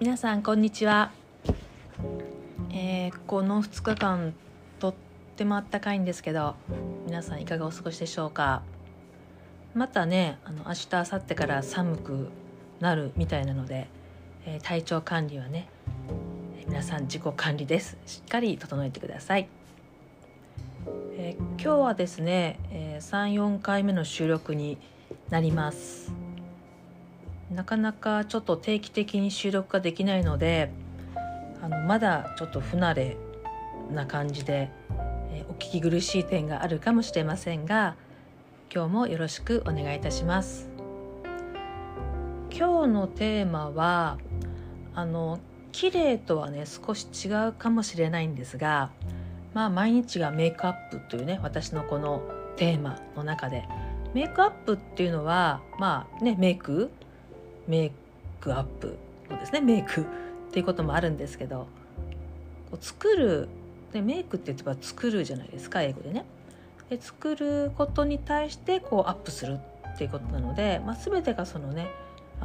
皆さんこんにちは。この2日間とってもあったかいんですけど、皆さんいかがお過ごしでしょうか。またね、明日明後日から寒くなるみたいなので、体調管理はね、皆さん自己管理です。しっかり整えてください。今日はですね、3、4回目の収録になります。なかなかちょっと定期的に収録ができないので、まだちょっと不慣れな感じで、お聞き苦しい点があるかもしれませんが、今日もよろしくお願いいたします。今日のテーマは綺麗とはね少し違うかもしれないんですが、毎日がメイクアップというね、私のこのテーマの中でメイクアップっていうのはメイクアップのですね、メイクっていうこともあるんですけど、作るでメイクって言えば作るじゃないですか、英語でね。で作ることに対してアップするっていうことなので、全てがそのね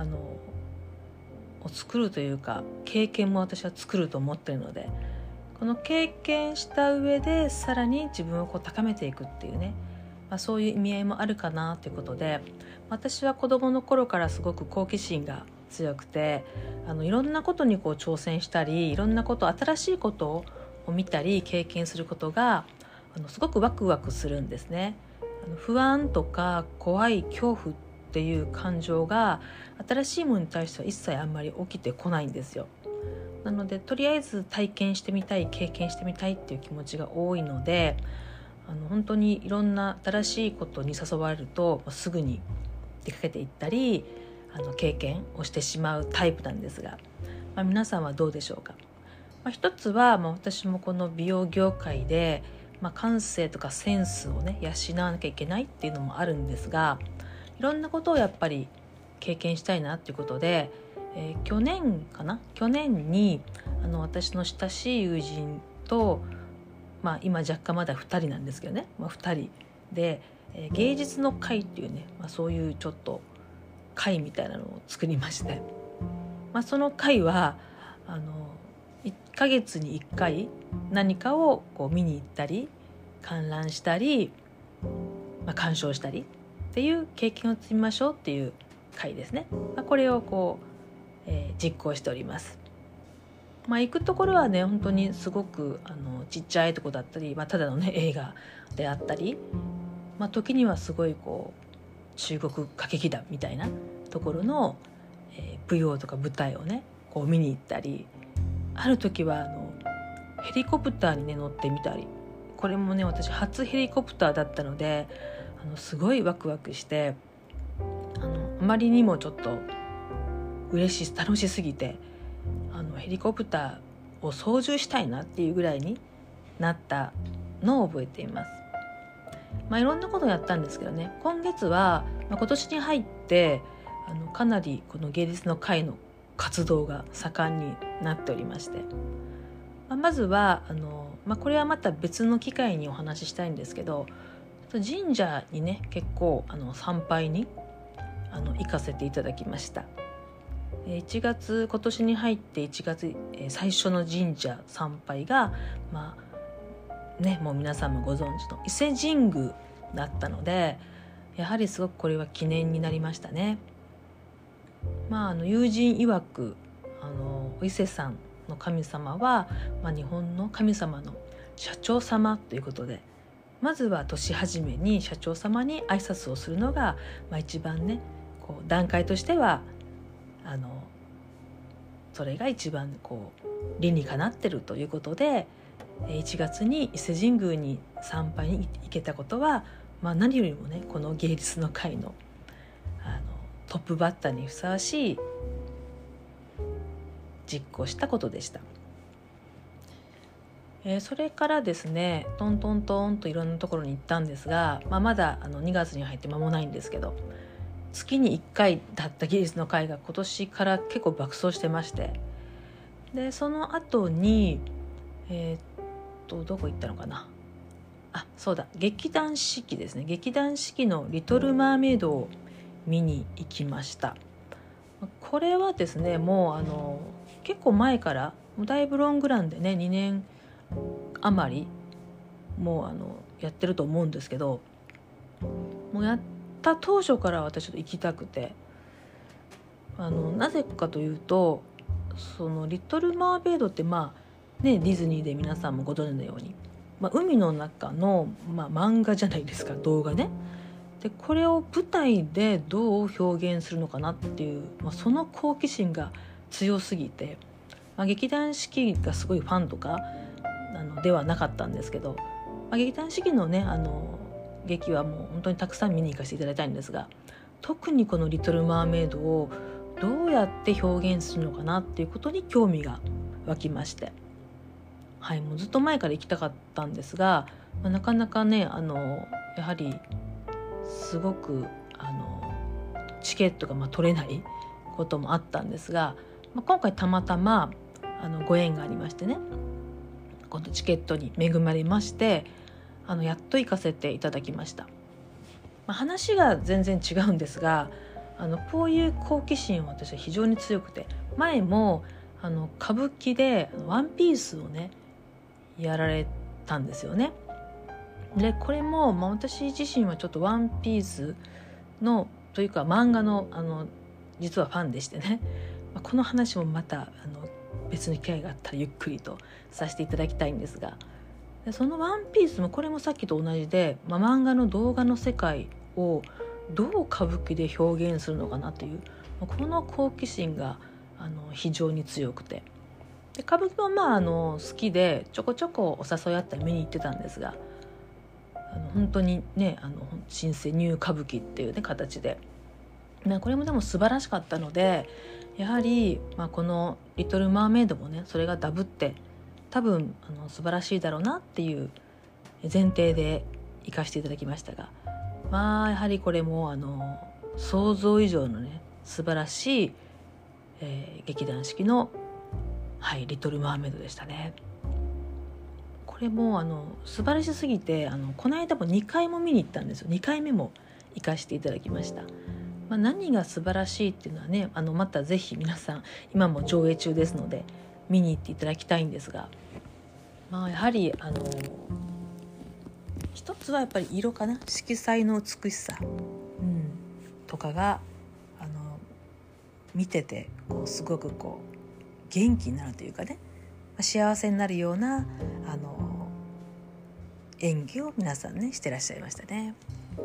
作るというか経験も私は作ると思っているので、この経験した上でさらに自分を高めていくっていうね、そういう意味合いもあるかなということで、私は子どもの頃からすごく好奇心が強くて、いろんなことに挑戦したり、いろんなこと、新しいことを見たり経験することがすごくワクワクするんですね。不安とか怖い恐怖っていう感情が新しいものに対しては一切あんまり起きてこないんですよ。なのでとりあえず体験してみたい、経験してみたいっていう気持ちが多いので、本当にいろんな新しいことに誘われるとすぐに出かけていったり経験をしてしまうタイプなんですが、皆さんはどうでしょうか。一つは私もこの美容業界で、感性とかセンスをね養わなきゃいけないっていうのもあるんですが、いろんなことをやっぱり経験したいなっていうことで、去年に私の親しい友人と、今若干まだ2人なんですけどね、2人で、芸術の会っていうね、そういうちょっと会みたいなのを作りまして、その会は1ヶ月に1回何かを見に行ったり観覧したり、鑑賞したりっていう経験を積みましょうっていう会ですね。これを実行しております。行くところはね本当にすごくちっちゃいとこだったり、ただのね映画であったり、時にはすごい中国歌劇団みたいなところの、舞踊とか舞台をね見に行ったり、ある時はヘリコプターにね乗ってみたり、これもね私初ヘリコプターだったのですごいワクワクして、あまりにもちょっと楽しすぎてヘリコプターを操縦したいなっていうぐらいになったのを覚えています。いろんなことをやったんですけどね、今月は、今年に入ってかなりこの芸術の会の活動が盛んになっておりまして、まずはこれはまた別の機会にお話ししたいんですけど、神社にね結構参拝に行かせていただきました。今年に入って1月、最初の神社参拝がもう皆さんもご存知の伊勢神宮だったので、やはりすごくこれは記念になりましたね。友人曰く伊勢さんの神様は、日本の神様の社長様ということで、まずは年始めに社長様に挨拶をするのが、一番ね段階としてはそれが一番理にかなってるということで、1月に伊勢神宮に参拝に行けたことは、何よりもねこの芸術の会のトップバッターにふさわしい実行したことでした。それからですねトントントンといろんなところに行ったんですが、まだ2月に入って間もないんですけど、月に1回だった芸術の会が今年から結構爆走してまして、でその後にどこ行ったのかな、そうだ、劇団四季ですね。劇団四季のリトルマーメイドを見に行きました。これはですねもう結構前からもうだいぶロングランでね2年余りもうやってると思うんですけど、もうやった当初から私ちょっと行きたくて、なぜかというと、そのリトルマーメイドってディズニーで皆さんもご存知のように、海の中の、漫画じゃないですか、動画ね。でこれを舞台でどう表現するのかなっていう、その好奇心が強すぎて、劇団四季がすごいファンとかではなかったんですけど、劇団四季のね劇はもう本当にたくさん見に行かせていただきたいんですが、特にこのリトルマーメイドをどうやって表現するのかなっていうことに興味が湧きまして、もうずっと前から行きたかったんですが、なかなかねやはりすごくチケットが取れないこともあったんですが、今回たまたまご縁がありましてね、今度チケットに恵まれまして、やっと行かせていただきました。話が全然違うんですが、こういう好奇心は私は非常に強くて、前も歌舞伎でワンピースをねやられたんですよね。でこれも、私自身はちょっとワンピースのというか漫画の実はファンでしてね、この話もまた別の機会があったらゆっくりとさせていただきたいんですが、そのワンピースもこれもさっきと同じで、漫画の動画の世界をどう歌舞伎で表現するのかなという、この好奇心が非常に強くて、で歌舞伎も好きでちょこちょこお誘いあったら見に行ってたんですが、本当にね新生ニュー歌舞伎っていうね形で、これもでも素晴らしかったので、やはり、このリトルマーメイドもねそれがダブって多分素晴らしいだろうなっていう前提で行かせていただきましたが、やはりこれも想像以上のね素晴らしい、劇団四季の、リトルマーメイドでしたね。これも素晴らしすぎてこの間も2回も見に行ったんですよ。2回目も行かせていただきました。何が素晴らしいっていうのはねまたぜひ皆さん今も上映中ですので見に行っていただきたいんですが、やはり一つはやっぱり色かな、色彩の美しさ、とかが見ててすごく元気になるというかね、幸せになるような演技を皆さんねしてらっしゃいましたね。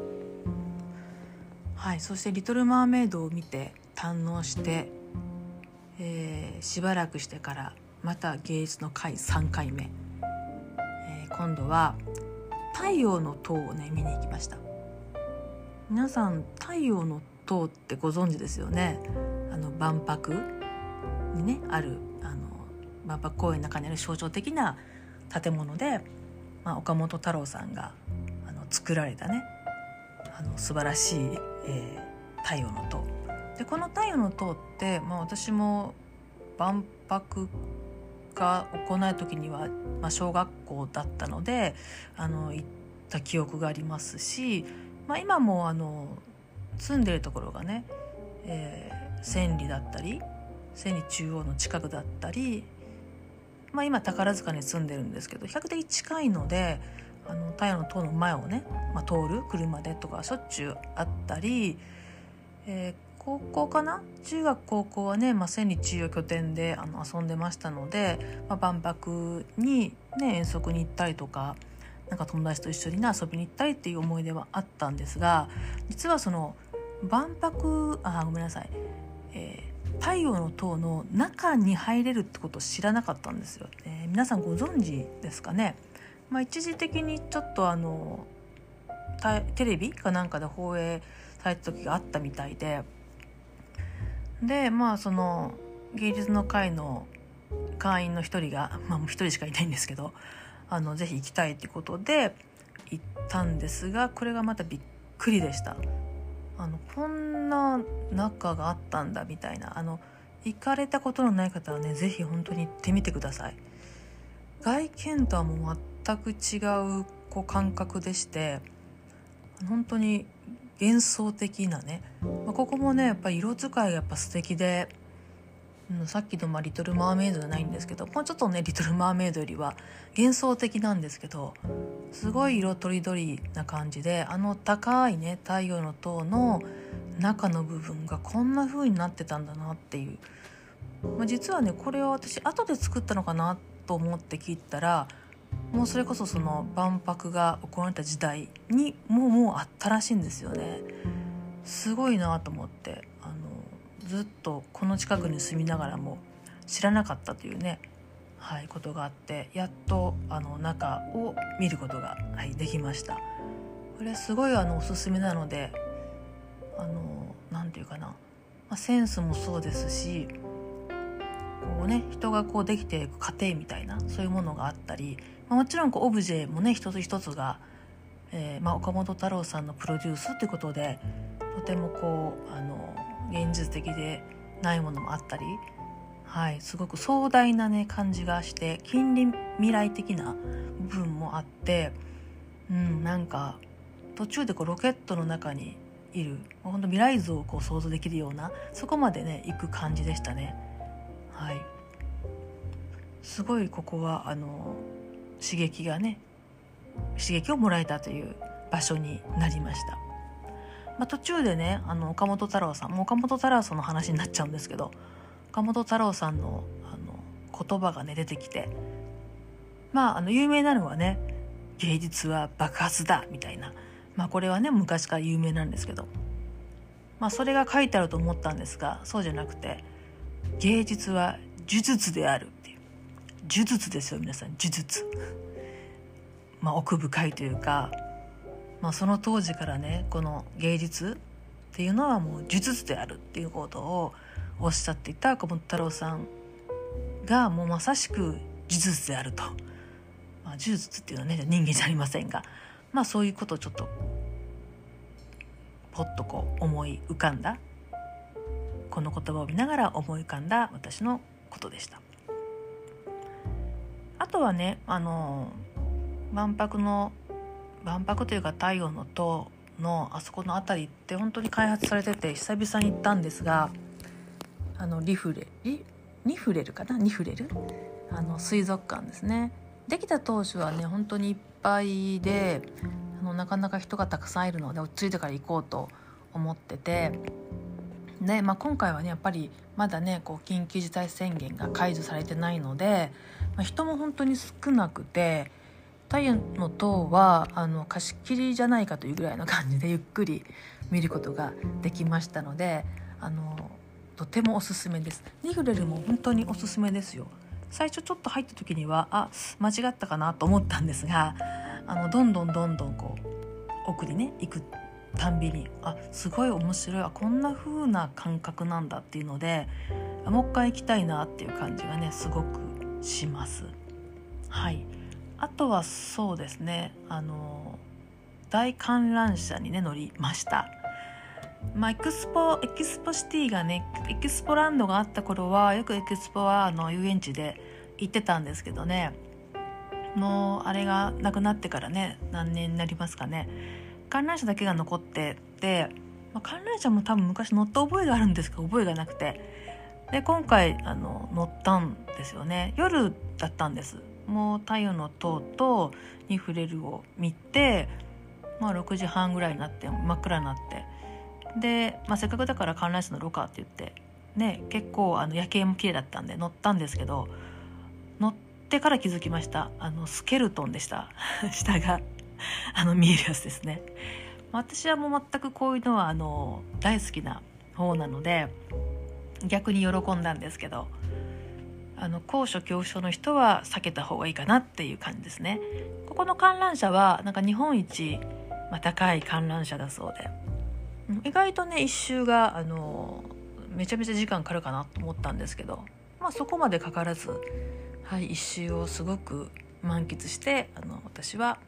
そしてリトルマーメイドを見て堪能して、しばらくしてからまた芸術の会3回目、今度は太陽の塔をね見に行きました。皆さん太陽の塔ってご存知ですよね。万博にねある万博公園の中にある象徴的な建物で、岡本太郎さんが作られたね素晴らしい、太陽の塔で、この太陽の塔って、私も万博が行う時には、小学校だったので行った記憶がありますし、今も住んでるところがね、千里だったり千里中央の近くだったり、今宝塚に住んでるんですけど比較的近いので太陽の塔の前をね、通る車でとかしょっちゅうあったり、高校かな、中学高校はね、千里中央拠点で遊んでましたので、万博に、ね、遠足に行ったりとか友達と一緒に、遊びに行ったりっていう思い出はあったんですが、実はその万博ごめんなさい、太陽の塔の中に入れるってことを知らなかったんですよ、皆さんご存知ですかね。一時的にちょっとテレビかなんかで放映された時があったみたいで、その芸術の会の会員の一人が、もう一人しかいないんですけどぜひ行きたいってことで行ったんですが、これがまたびっくりでした。こんな中があったんだみたいな、行かれたことのない方はねぜひ本当に行ってみてください。外見とはもう全く違う感覚でして、本当に幻想的なね、ここもねやっぱり色使いがやっぱ素敵で、 さっきのリトルマーメイドじゃないんですけど、もうちょっとねリトルマーメイドよりは幻想的なんですけど、すごい色とりどりな感じで、高いね太陽の塔の中の部分がこんな風になってたんだなっていう、実はねこれを私後で作ったのかなと思って聞いたら、もうそれこそその万博が行われた時代にもうあったらしいんですよね。すごいなと思って、ずっとこの近くに住みながらも知らなかったというね、ことがあって、やっと中を見ることが、できました。これすごいおすすめなので、なんていうかな、センスもそうですし、こうね人がこうできていく過程みたいなそういうものがあったり、もちろんオブジェもね一つ一つが、岡本太郎さんのプロデュースということで、とてもこう現実的でないものもあったり、すごく壮大なね感じがして、近隣未来的な部分もあって、なんか途中でこうロケットの中にいる本当未来像をこう想像できるような、そこまでね行く感じでしたね。すごいここは刺激をもらえたという場所になりました。途中でね岡本太郎さんの話になっちゃうんですけど、岡本太郎さんの言葉がね出てきて、有名なのはね芸術は爆発だみたいな、これはね昔から有名なんですけど、それが書いてあると思ったんですが、そうじゃなくて、芸術は呪術であるっていう、呪術ですよ皆さん、呪術。奥深いというか、その当時からねこの芸術っていうのはもう呪術であるっていうことをおっしゃっていた岡本太郎さんが、もうまさしく呪術であると、呪術っていうのはね人間じゃありませんが、そういうことをちょっとポッとこう思い浮かんだ、この言葉を見ながら思い浮かんだ私のことでした。あとはね万博というか太陽の塔のあそこの辺りって本当に開発されてて、久々に行ったんですが、ニフレル水族館ですね。できた当初はね本当にいっぱいで、なかなか人がたくさんいるので落ち着いてから行こうと思ってて、で、今回はねやっぱりまだねこう緊急事態宣言が解除されてないので、人も本当に少なくて、太陽の塔は貸し切りじゃないかというぐらいの感じでゆっくり見ることができましたので、とてもおすすめです。ニフレルも本当におすすめですよ。最初ちょっと入った時には間違ったかなと思ったんですが、どんどんこう奥にね行くたんびにすごい面白い、こんな風な感覚なんだっていうので、もう一回行きたいなっていう感じがねすごくします。あとはそうですね、大観覧車にね乗りました。エキスポシティがね、エキスポランドがあった頃はよくエキスポは遊園地で行ってたんですけどね、もうあれがなくなってからね何年になりますかね、観覧車だけが残ってて、観覧車も多分昔乗った覚えがあるんですけど覚えがなくて、で今回乗ったんですよね。夜だったんです。もう太陽の塔とニフレルを見て、6時半ぐらいになって真っ暗になって、で、せっかくだから観覧車乗ろうかって言ってね、結構夜景も綺麗だったんで乗ったんですけど、乗ってから気づきました。スケルトンでした下が見えるやつですね。私はもう全くこういうのは大好きな方なので逆に喜んだんですけど、高所恐怖症の人は避けた方がいいかなっていう感じですね。ここの観覧車はなんか日本一、高い観覧車だそうで、意外とね一周がめちゃめちゃ時間かかるかなと思ったんですけど、そこまでかからず、一周をすごく満喫して私は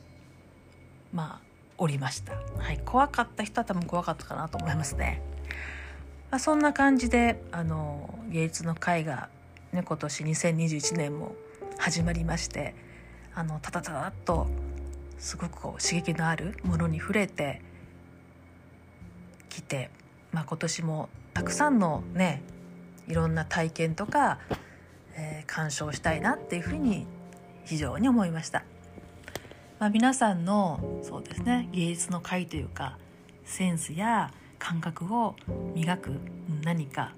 降りました。怖かった人は多分怖かったかなと思いますね。そんな感じで芸術の会が今年2021年も始まりまして、ただただっとすごくこう刺激のあるものに触れてきて、今年もたくさんのねいろんな体験とか、鑑賞したいなっていうふうに非常に思いました。皆さんのそうですね、芸術の回というかセンスや感覚を磨く何か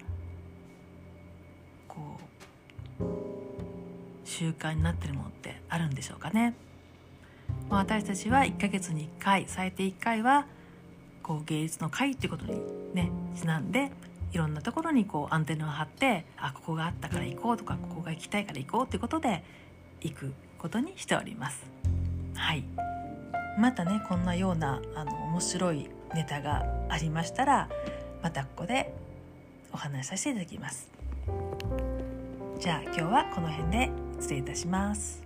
こう習慣になっているものってあるんでしょうかね。私たちは1ヶ月に1回最低1回はこう芸術の会っていうことにねちなんで、いろんなところにこうアンテナを張って、ここがあったから行こうとか、ここが行きたいから行こうっていうことで行くことにしております。はい、またねこんなような面白いネタがありましたら、またここでお話しさせていただきます。じゃあ今日はこの辺で失礼いたします。